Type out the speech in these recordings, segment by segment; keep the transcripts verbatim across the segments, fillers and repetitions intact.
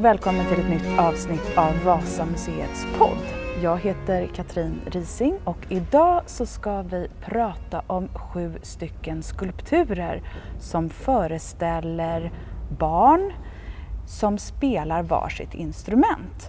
och välkommen till ett nytt avsnitt av Vasamuseets podd. Jag heter Katrin Rising och idag så ska vi prata om sju stycken skulpturer som föreställer barn som spelar varsitt instrument.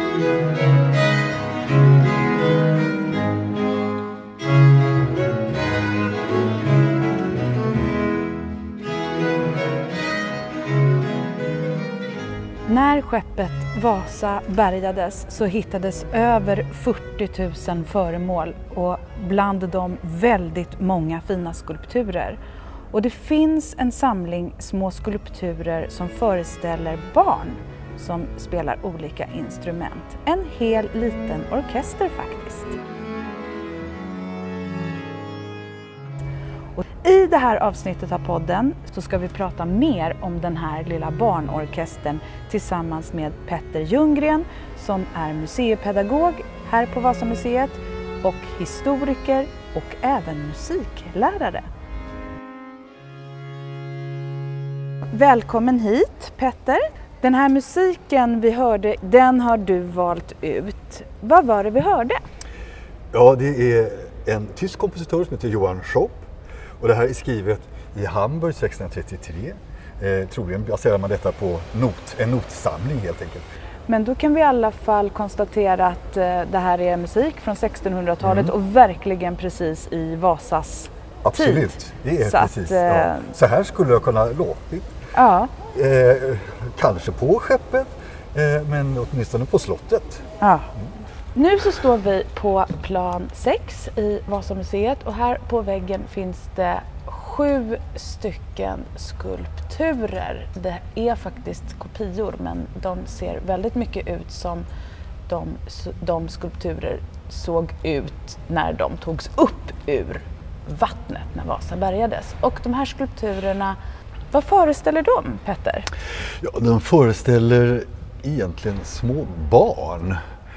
När skeppet Vasa bärgades så hittades över fyrtio tusen föremål och bland dem väldigt många fina skulpturer. Och det finns en samling små skulpturer som föreställer barn som spelar olika instrument. En hel liten orkester faktiskt. Och i det här avsnittet av podden så ska vi prata mer om den här lilla barnorkestern tillsammans med Petter Ljunggren som är museipedagog här på Vasamuseet och historiker och även musiklärare. Välkommen hit Petter. Den här musiken vi hörde, den har du valt ut. Vad var det vi hörde? Ja, det är en tysk kompositör som heter Johann Schopp. Och det här är skrivet i Hamburg sextonhundratrettiotre. Eh, troligen baserar man detta på not, en notsamling helt enkelt. Men då kan vi i alla fall konstatera att eh, det här är musik från sextonhundratalet mm. och verkligen precis i Vasas Absolut, tid. Absolut, det är så precis. Att, eh, ja. Så här skulle jag kunna låtit. Ja. Eh, kanske på skeppet, eh, men åtminstone på slottet. Ja. Mm. Nu så står vi på plan sex i Vasamuseet och här på väggen finns det sju stycken skulpturer. Det är faktiskt kopior men de ser väldigt mycket ut som de, de skulpturer såg ut när de togs upp ur vattnet när Vasa bärgades. Och de här skulpturerna, vad föreställer de, Petter? Ja, de föreställer egentligen små barn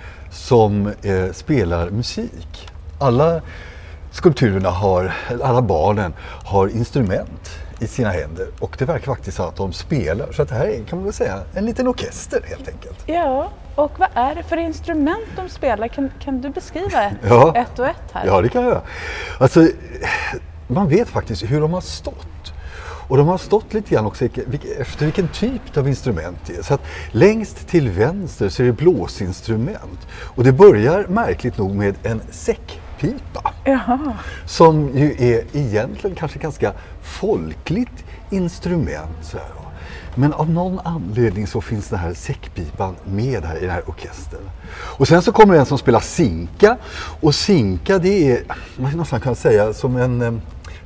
som eh, spelar musik. Alla skulpturerna har, alla barnen har instrument i sina händer och det verkar faktiskt så att de spelar. Så att det här är, kan man väl säga, en liten orkester helt enkelt. Ja, och vad är det för instrument de spelar? Kan, kan du beskriva ett, ja. ett och ett här? Ja, det kan jag göra. Alltså, man vet faktiskt hur de har stått. Och de har stått lite grann också efter vilken typ av instrument det är. Så att längst till vänster så är det blåsinstrument. Och det börjar märkligt nog med en säckpipa. Jaha. Som ju är egentligen kanske ganska folkligt instrument. Så här. Men av någon anledning så finns den här säckpipan med här i den här orkestern. Och sen så kommer en som spelar sinka. Och sinka det är, man kan nästan kan säga, som en um,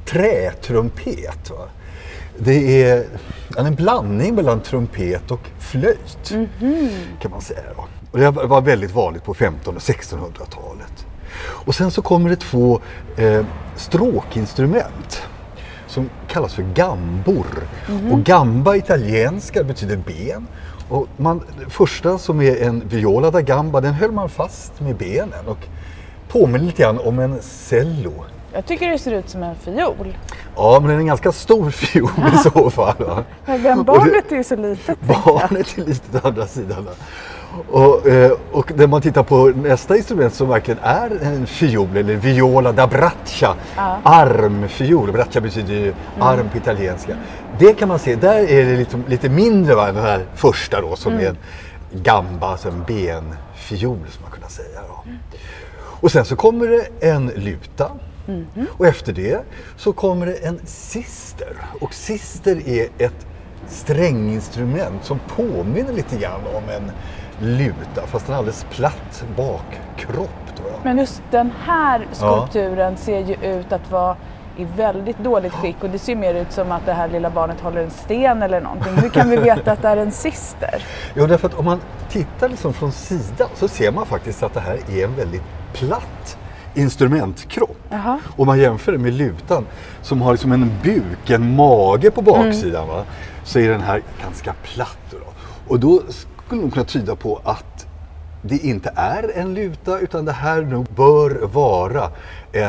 trätrumpet, va? Det är en blandning mellan trumpet och flöjt mm-hmm. kan man säga. Då. Och det var väldigt vanligt på femtonhundra- och sextonhundratalet. Och sen så kommer det två eh, stråkinstrument som kallas för gambor. Mm-hmm. Och gamba italienska betyder ben. Och man, första som är en viola da gamba, den höll man fast med benen och påminner lite grann om en cello. Jag tycker det ser ut som en fiol. Ja, men den är en ganska stor fiol i så fall. Va? Men barnet är ju så litet. Barnet är litet å andra sidan. Och, och när man tittar på nästa instrument som verkligen är en fiol, eller viola da braccia, ja. Armfiol. Braccia betyder ju mm. arm på italienska. Det kan man se, där är det lite, lite mindre, va, den här första då, som mm. är en gamba, alltså en benfiol som man kan säga. Då. Mm. Och sen så kommer det en luta. Mm-hmm. Och efter det så kommer det en sister. Och sister är ett stränginstrument som påminner lite grann om en luta. Fast en alldeles platt bakkropp. Då. Men just den här skulpturen ja. ser ju ut att vara i väldigt dåligt skick. Och det ser mer ut som att det här lilla barnet håller en sten eller någonting. Hur kan vi veta att det är en sister? Jo, därför att om man tittar liksom från sidan så ser man faktiskt att det här är en väldigt platt instrumentkropp. Aha. Och man jämför det med lutan som har liksom en buk, en mage på baksidan, mm. va? Så är den här ganska platt. Då. Och då skulle man kunna tyda på att det inte är en luta utan det här nog bör vara en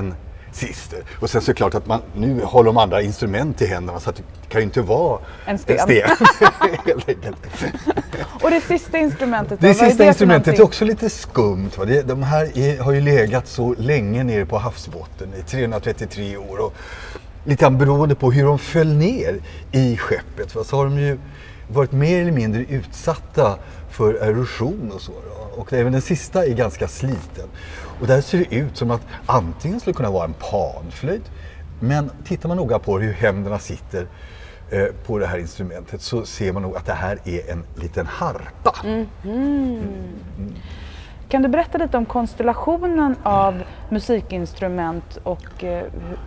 cister. Och sen så är det klart att man nu har de andra instrument i händerna så att det kan ju inte vara en sten. En sten. Helt enkelt. Och det sista instrumentet då? Det sista är det instrumentet är också lite skumt. Va? Det, de här är, har ju legat så länge nere på havsbotten i trehundratrettiotre år. Och lite beroende på hur de föll ner i skeppet. Va? Så har de ju varit mer eller mindre utsatta för erosion och så. Då. Och även den sista är ganska sliten. Och där ser det ut som att antingen skulle kunna vara en panflöjt. Men tittar man noga på hur händerna sitter eh, på det här instrumentet så ser man nog att det här är en liten harpa. Mm. Mm. Mm. Kan du berätta lite om konstellationen av musikinstrument och eh,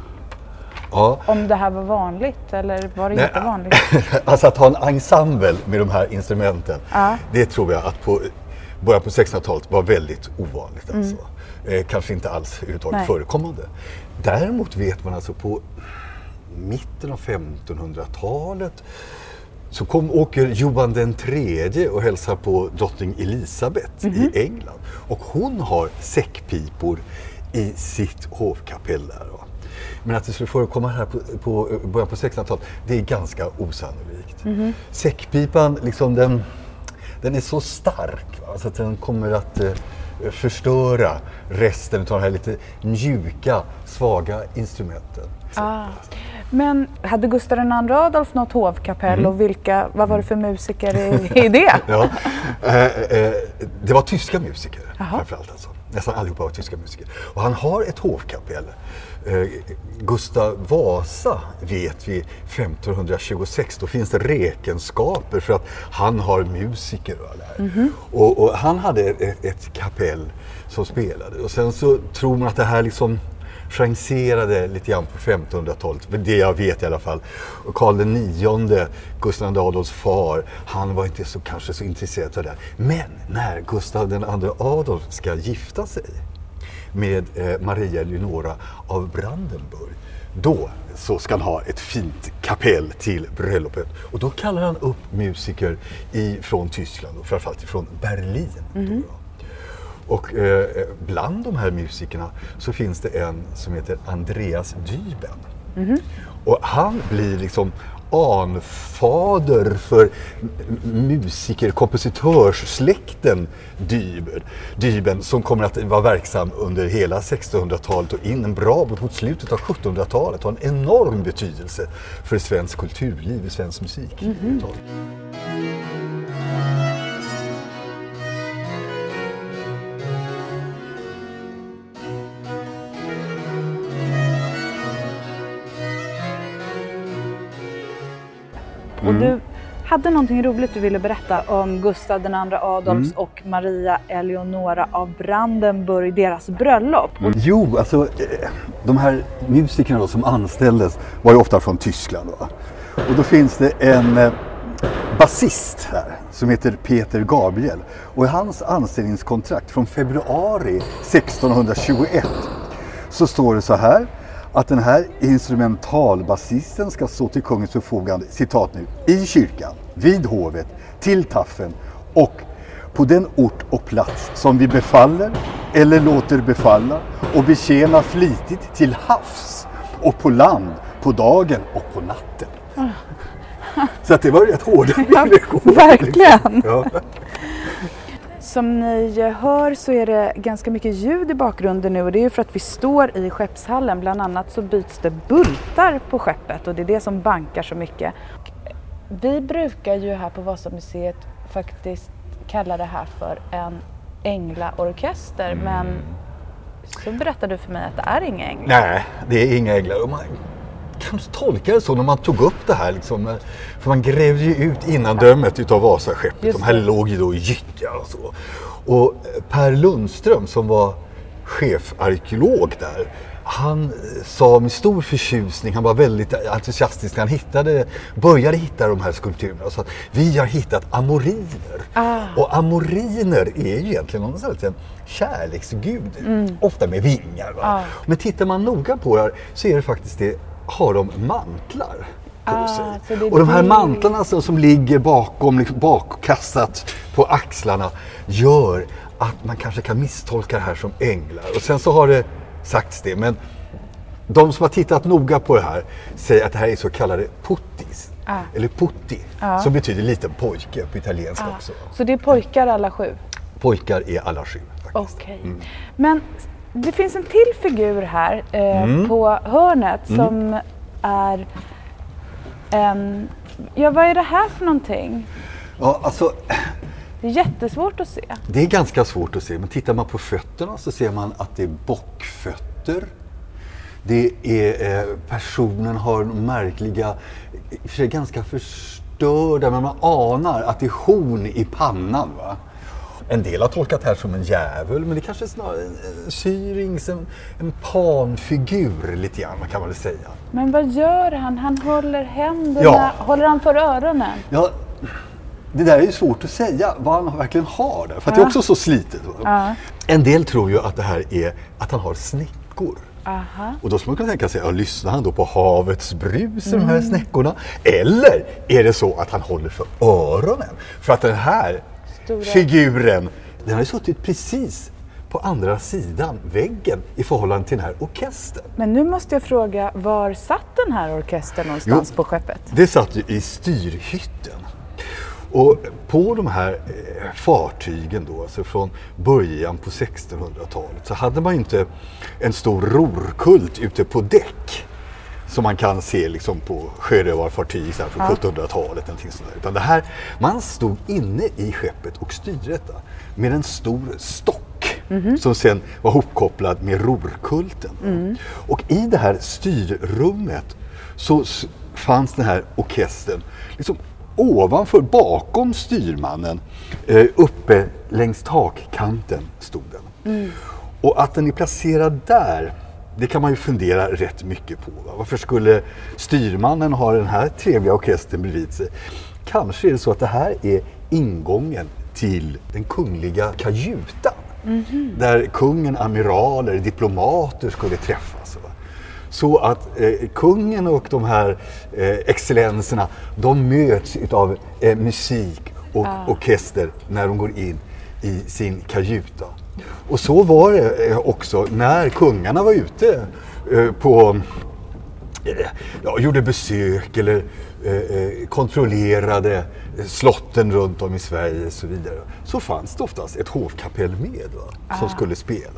ja. om det här var vanligt eller var det Nej, inte vanligt? Alltså att ha en ensemble med de här instrumenten, ja. det tror jag att på början på sextonhundratalet var väldigt ovanligt. Mm. Alltså. Eh, kanske inte alls överhuvudtaget förekommande. Däremot vet man alltså på mitten av femtonhundratalet så kom, åker Johan den tredje och hälsar på drottning Elisabeth mm-hmm. i England. Och hon har säckpipor i sitt hovkapell där. Va? Men att det skulle förekomma här på, på början på sextonhundratalet, det är ganska osannolikt. Mm-hmm. Säckpipan, liksom den, den är så stark va? Så att den kommer att eh, förstöra resten av de här lite mjuka, svaga instrumenten. Ah. Men hade Gustav den andre Adolf något hovkapell mm. och vilka, vad var det för musiker i, i det? ja, eh, eh, det var tyska musiker framförallt alltså. Nästan allihopa var tyska musiker. Och han har ett hovkapell. Eh, Gustav Vasa vet vi femtonhundratjugosex, då finns det räkenskaper för att han har musiker och det här. Mm-hmm. och, och han hade ett, ett kapell som spelade. Och sen så tror man att det här liksom chanserade lite grann på femtonhundratalet, det jag vet i alla fall. Och Karl den nionde, Gustav den Adolfs far, han var inte så kanske så intresserad av det. Men när Gustav den andre Adolf ska gifta sig med eh, Maria Eleonora av Brandenburg, då så ska han ha ett fint kapell till bröllopet. Och då kallar han upp musiker i, från Tyskland och framförallt från Berlin. Mm-hmm. Och eh, bland de här musikerna så finns det en som heter Andreas Düben. Mm-hmm. Och han blir liksom anfader för musiker, kompositörssläkten Düben, Düben som kommer att vara verksam under hela sextonhundratalet och in en bra mot slutet av sjuttonhundratalet. Har en enorm betydelse för svensk kulturliv, svensk musik. Mm-hmm. Och du hade någonting roligt du ville berätta om Gustav den andre Adolfs mm. och Maria Eleonora av Brandenburg, deras bröllop. Mm. Jo, alltså de här musikerna då, som anställdes var ju ofta från Tyskland. Va? Och då finns det en eh, basist här som heter Peter Gabriel. Och i hans anställningskontrakt från februari sextonhundratjugoett så står det så här: att den här instrumentalbasisten ska stå till kungens förfogande, citat nu, i kyrkan, vid hovet, till taffen och på den ort och plats som vi befaller eller låter befalla och betjäna flitigt till havs och på land, på dagen och på natten. Så att det var rätt hårda ja, verkligen. Ja. Som ni hör så är det ganska mycket ljud i bakgrunden nu och det är ju för att vi står i skeppshallen. Bland annat så byts det bultar på skeppet och det är det som bankar så mycket. Vi brukar ju här på Vasamuseet faktiskt kalla det här för en änglaorkester, mm. men så berättade du för mig att det är inga änglar. Nej, det är inga änglar. Man kan tolka det så när man tog upp det här liksom, för man grävde ju ut innandömet utav Vasaskeppet. De här låg ju då i gyttjar och så. Och Per Lundström som var chefarkeolog där, han sa med stor förtjusning, han var väldigt entusiastisk, han hittade, började hitta de här skulpturerna och sa att vi har hittat amoriner. Ah. Och amoriner är ju egentligen någon sån här kärleksgud, mm. ofta med vingar. Va? Ah. Men tittar man noga på det här så är det faktiskt det, har de mantlar på ah, sig. Och de här mantlarna alltså, som ligger bakom, liksom, bakkastat på axlarna gör att man kanske kan misstolka det här som änglar. Och sen så har det sagts det, men de som har tittat noga på det här säger att det här är så kallade puttis. Ah. Eller putti, ah. som betyder liten pojke på italienska ah. också. Så det är pojkar alla sju? Pojkar är alla sju faktiskt. Okej. Okay. Mm. Men det finns en till figur här eh, mm. på hörnet mm. som är en... Ja, vad är det här för någonting? Ja, alltså... Det är jättesvårt att se. Det är ganska svårt att se, men tittar man på fötterna så ser man att det är bockfötter. Det är, eh, personen har märkliga, i och för sig ganska förstörda, men man anar att det är horn i pannan, va? En del har tolkat det här som en djävul, men det kanske är snarare en syrings, en, en panfigur lite grann, kan man väl säga. Men vad gör han? Han håller händerna, ja. Håller han för öronen? Ja, det där är ju svårt att säga vad han verkligen har där, för att ja. Det är också så slitet. Ja. En del tror ju att det här är att han har snäckor. Aha. Och då skulle man kunna tänka sig, ja, lyssnar han då på havets brus i mm. de här snäckorna? Eller är det så att han håller för öronen? För att den här Stora. figuren, den har ju suttit precis på andra sidan väggen i förhållande till den här orkestern. Men nu måste jag fråga, var satt den här orkestern någonstans jo, på skeppet? Det satt ju i styrhytten. Och på de här eh, fartygen då, alltså från början på sextonhundratalet, så hade man inte en stor rorkult ute på däck som man kan se liksom på sjörövarfartyg så här från ja. sjuttonhundratalet. Utan det här, man stod inne i skeppet och styrde detta med en stor stock mm-hmm. som sen var hopkopplad med rorkulten. Mm. Och i det här styrrummet så fanns den här orkestern liksom ovanför, bakom styrmannen, eh, uppe längs takkanten stod den. Mm. Och att den är placerad där, det kan man ju fundera rätt mycket på. Va? Varför skulle styrmannen ha den här trevliga orkestern bredvid sig? Kanske är det så att det här är ingången till den kungliga kajutan. Mm-hmm. Där kungen, amiraler, diplomater skulle träffas. Va? Så att eh, kungen och de här eh, excellenserna, de möts av eh, musik och ah. orkester när de går in i sin kajuta. Och så var det eh, också när kungarna var ute eh, på, eh, ja, gjorde besök eller eh, kontrollerade slotten runt om i Sverige och så vidare. Så fanns det oftast ett hovkapell med, va, ah. som skulle spela.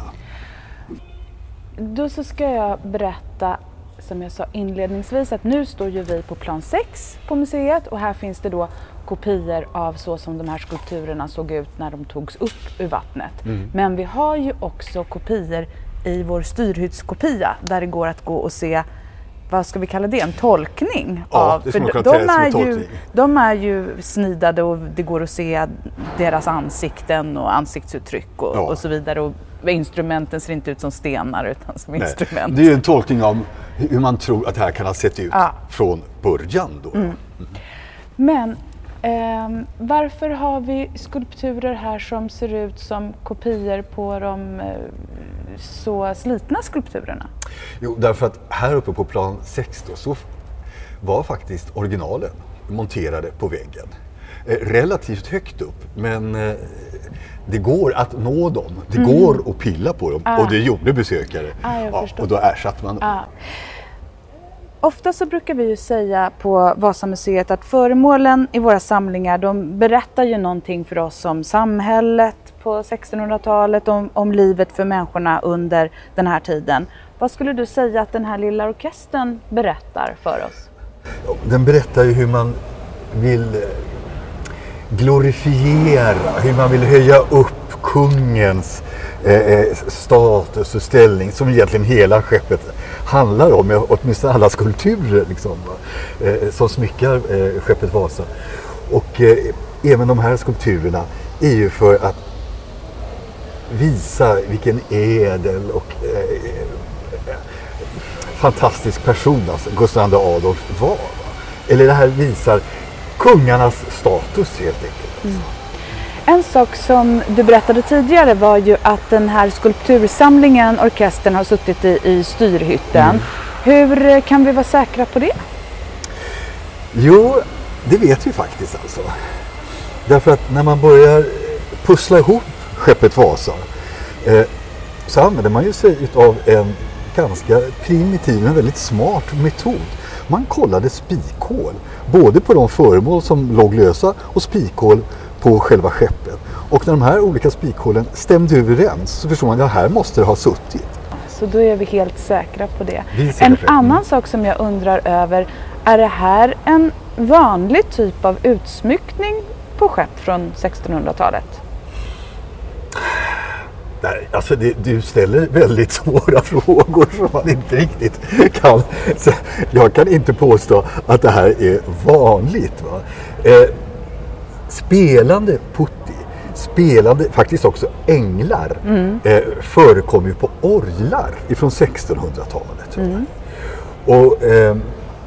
Då så ska jag berätta, som jag sa inledningsvis, att nu står ju vi på plan sex på museet och här finns det då kopior av så som de här skulpturerna såg ut när de togs upp ur vattnet. Mm. Men vi har ju också kopior i vår styrhyttskopia där det går att gå och se, vad ska vi kalla det, en tolkning ja, av, för de, de, är ju, de är ju snidade och det går att se deras ansikten och ansiktsuttryck och, ja. och så vidare, och instrumenten ser inte ut som stenar utan som Nej, instrument. Det är ju en tolkning av hur man tror att det här kan ha sett ut ja. från början då. Mm. Mm. Men eh, varför har vi skulpturer här som ser ut som kopior på de eh, så slitna skulpturerna? Jo, därför att här uppe på plan sex då, så var faktiskt originalen monterade på väggen. Eh, relativt högt upp, men eh, det går att nå dem. Det mm. går att pilla på dem. Ah. Och det gjorde besökare. Ah, ja, och då ersatte man dem. Ah. Ofta så brukar vi ju säga på Vasamuseet att föremålen i våra samlingar, de berättar ju någonting för oss om samhället på sextonhundratalet, om, om livet för människorna under den här tiden. Vad skulle du säga att den här lilla orkestern berättar för oss? Den berättar ju hur man vill glorifiera, hur man vill höja upp kungens eh, status och ställning, som egentligen hela skeppet handlar om, åtminstone alla skulpturer liksom, eh, som smyckar eh, skeppet Vasa. Och eh, även de här skulpturerna är ju för att visa vilken ädel och eh, fantastisk person alltså Gustav den andre Adolf var. Eller det här visar kungarnas status helt enkelt. Mm. En sak som du berättade tidigare var ju att den här skulptursamlingen, orkestern, har suttit i, i styrhytten. Mm. Hur kan vi vara säkra på det? Jo, det vet vi faktiskt alltså. Därför att när man börjar pussla ihop skeppet Vasa eh, så använder man ju sig av en ganska primitiv men väldigt smart metod. Man kollade spikhål både på de föremål som låg lösa och spikhål på själva skeppet. Och när de här olika spikhålen stämde överens så förstår man att här måste det ha suttit. Så då är vi helt säkra på det. En säkra. annan Mm. sak som jag undrar över, är det här en vanlig typ av utsmyckning på skepp från sextonhundratalet? Nej, alltså det, du ställer väldigt svåra frågor som man inte riktigt kan. Så jag kan inte påstå att det här är vanligt. Va? Eh, spelande putti, spelande faktiskt också änglar mm. eh, förekommer ju på orglar ifrån sextonhundratalet. Mm. Och eh,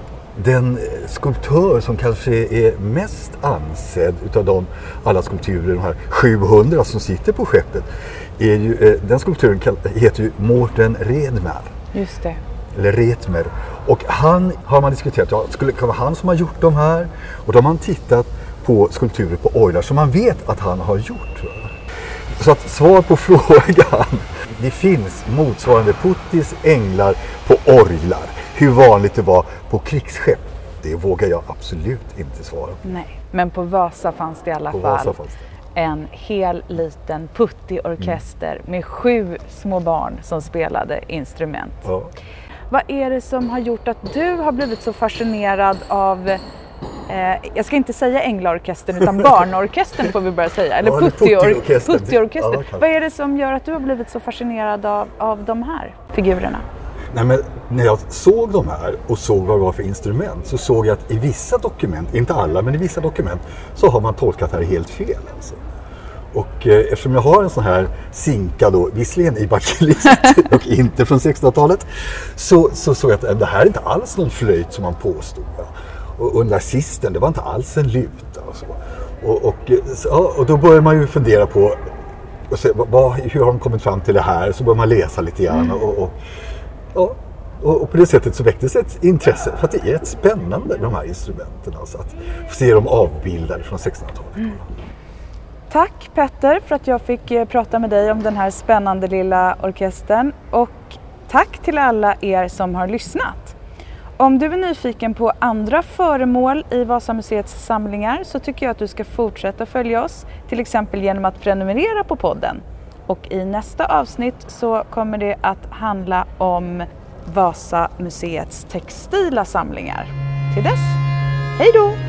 den skulptör som kanske är mest ansedd utav de alla skulpturer, de här sjuhundra som sitter på skeppet, är ju, eh, den skulpturen heter ju Mårten Redmer. Just det. Eller Redmer. Och han har man diskuterat, ja, skulle det vara han som har gjort de här? Och då har man tittat på skulpturer på orglar som man vet att han har gjort. Va? Så att svar på frågan, det finns motsvarande puttis, änglar på orglar. Hur vanligt det var på krigsskepp, det vågar jag absolut inte svara på. Nej, men på Vasa fanns det i alla på fall Vasa fanns det. En hel liten puttiorkester mm. med sju små barn som spelade instrument. Ja. Vad är det som har gjort att du har blivit så fascinerad av, eh, jag ska inte säga änglaorkestern utan barnorkestern får vi bara säga, eller ja, puttiorkestern. Puttiorkestern. Ja, vad är det som gör att du har blivit så fascinerad av, av de här figurerna? Nej, men när jag såg de här och såg vad det var för instrument så såg jag att i vissa dokument, inte alla men i vissa dokument, så har man tolkat det här helt fel. Alltså. Och eh, eftersom jag har en sån här sinka då, visserligen i bakelist och inte från sextonhundratalet, så, så såg jag att det här är inte alls någon flöjt som man påstod. Ja. Och, och den där sisten, det var inte alls en luta. Och, så. Och, och, så, ja, och då börjar man ju fundera på och se, vad, hur har de kommit fram till det här, så börjar man läsa lite grann Mm. och, och Ja, och på det sättet så väcktes ett intresse för att det är rätt spännande de här instrumenten, alltså att se dem avbildade från sextonhundratalet. Mm. Tack Petter för att jag fick prata med dig om den här spännande lilla orkestern, och tack till alla er som har lyssnat. Om du är nyfiken på andra föremål i Vasamuseets samlingar så tycker jag att du ska fortsätta följa oss, till exempel genom att prenumerera på podden. Och i nästa avsnitt så kommer det att handla om Vasamuseets textila samlingar. Till dess, hej då!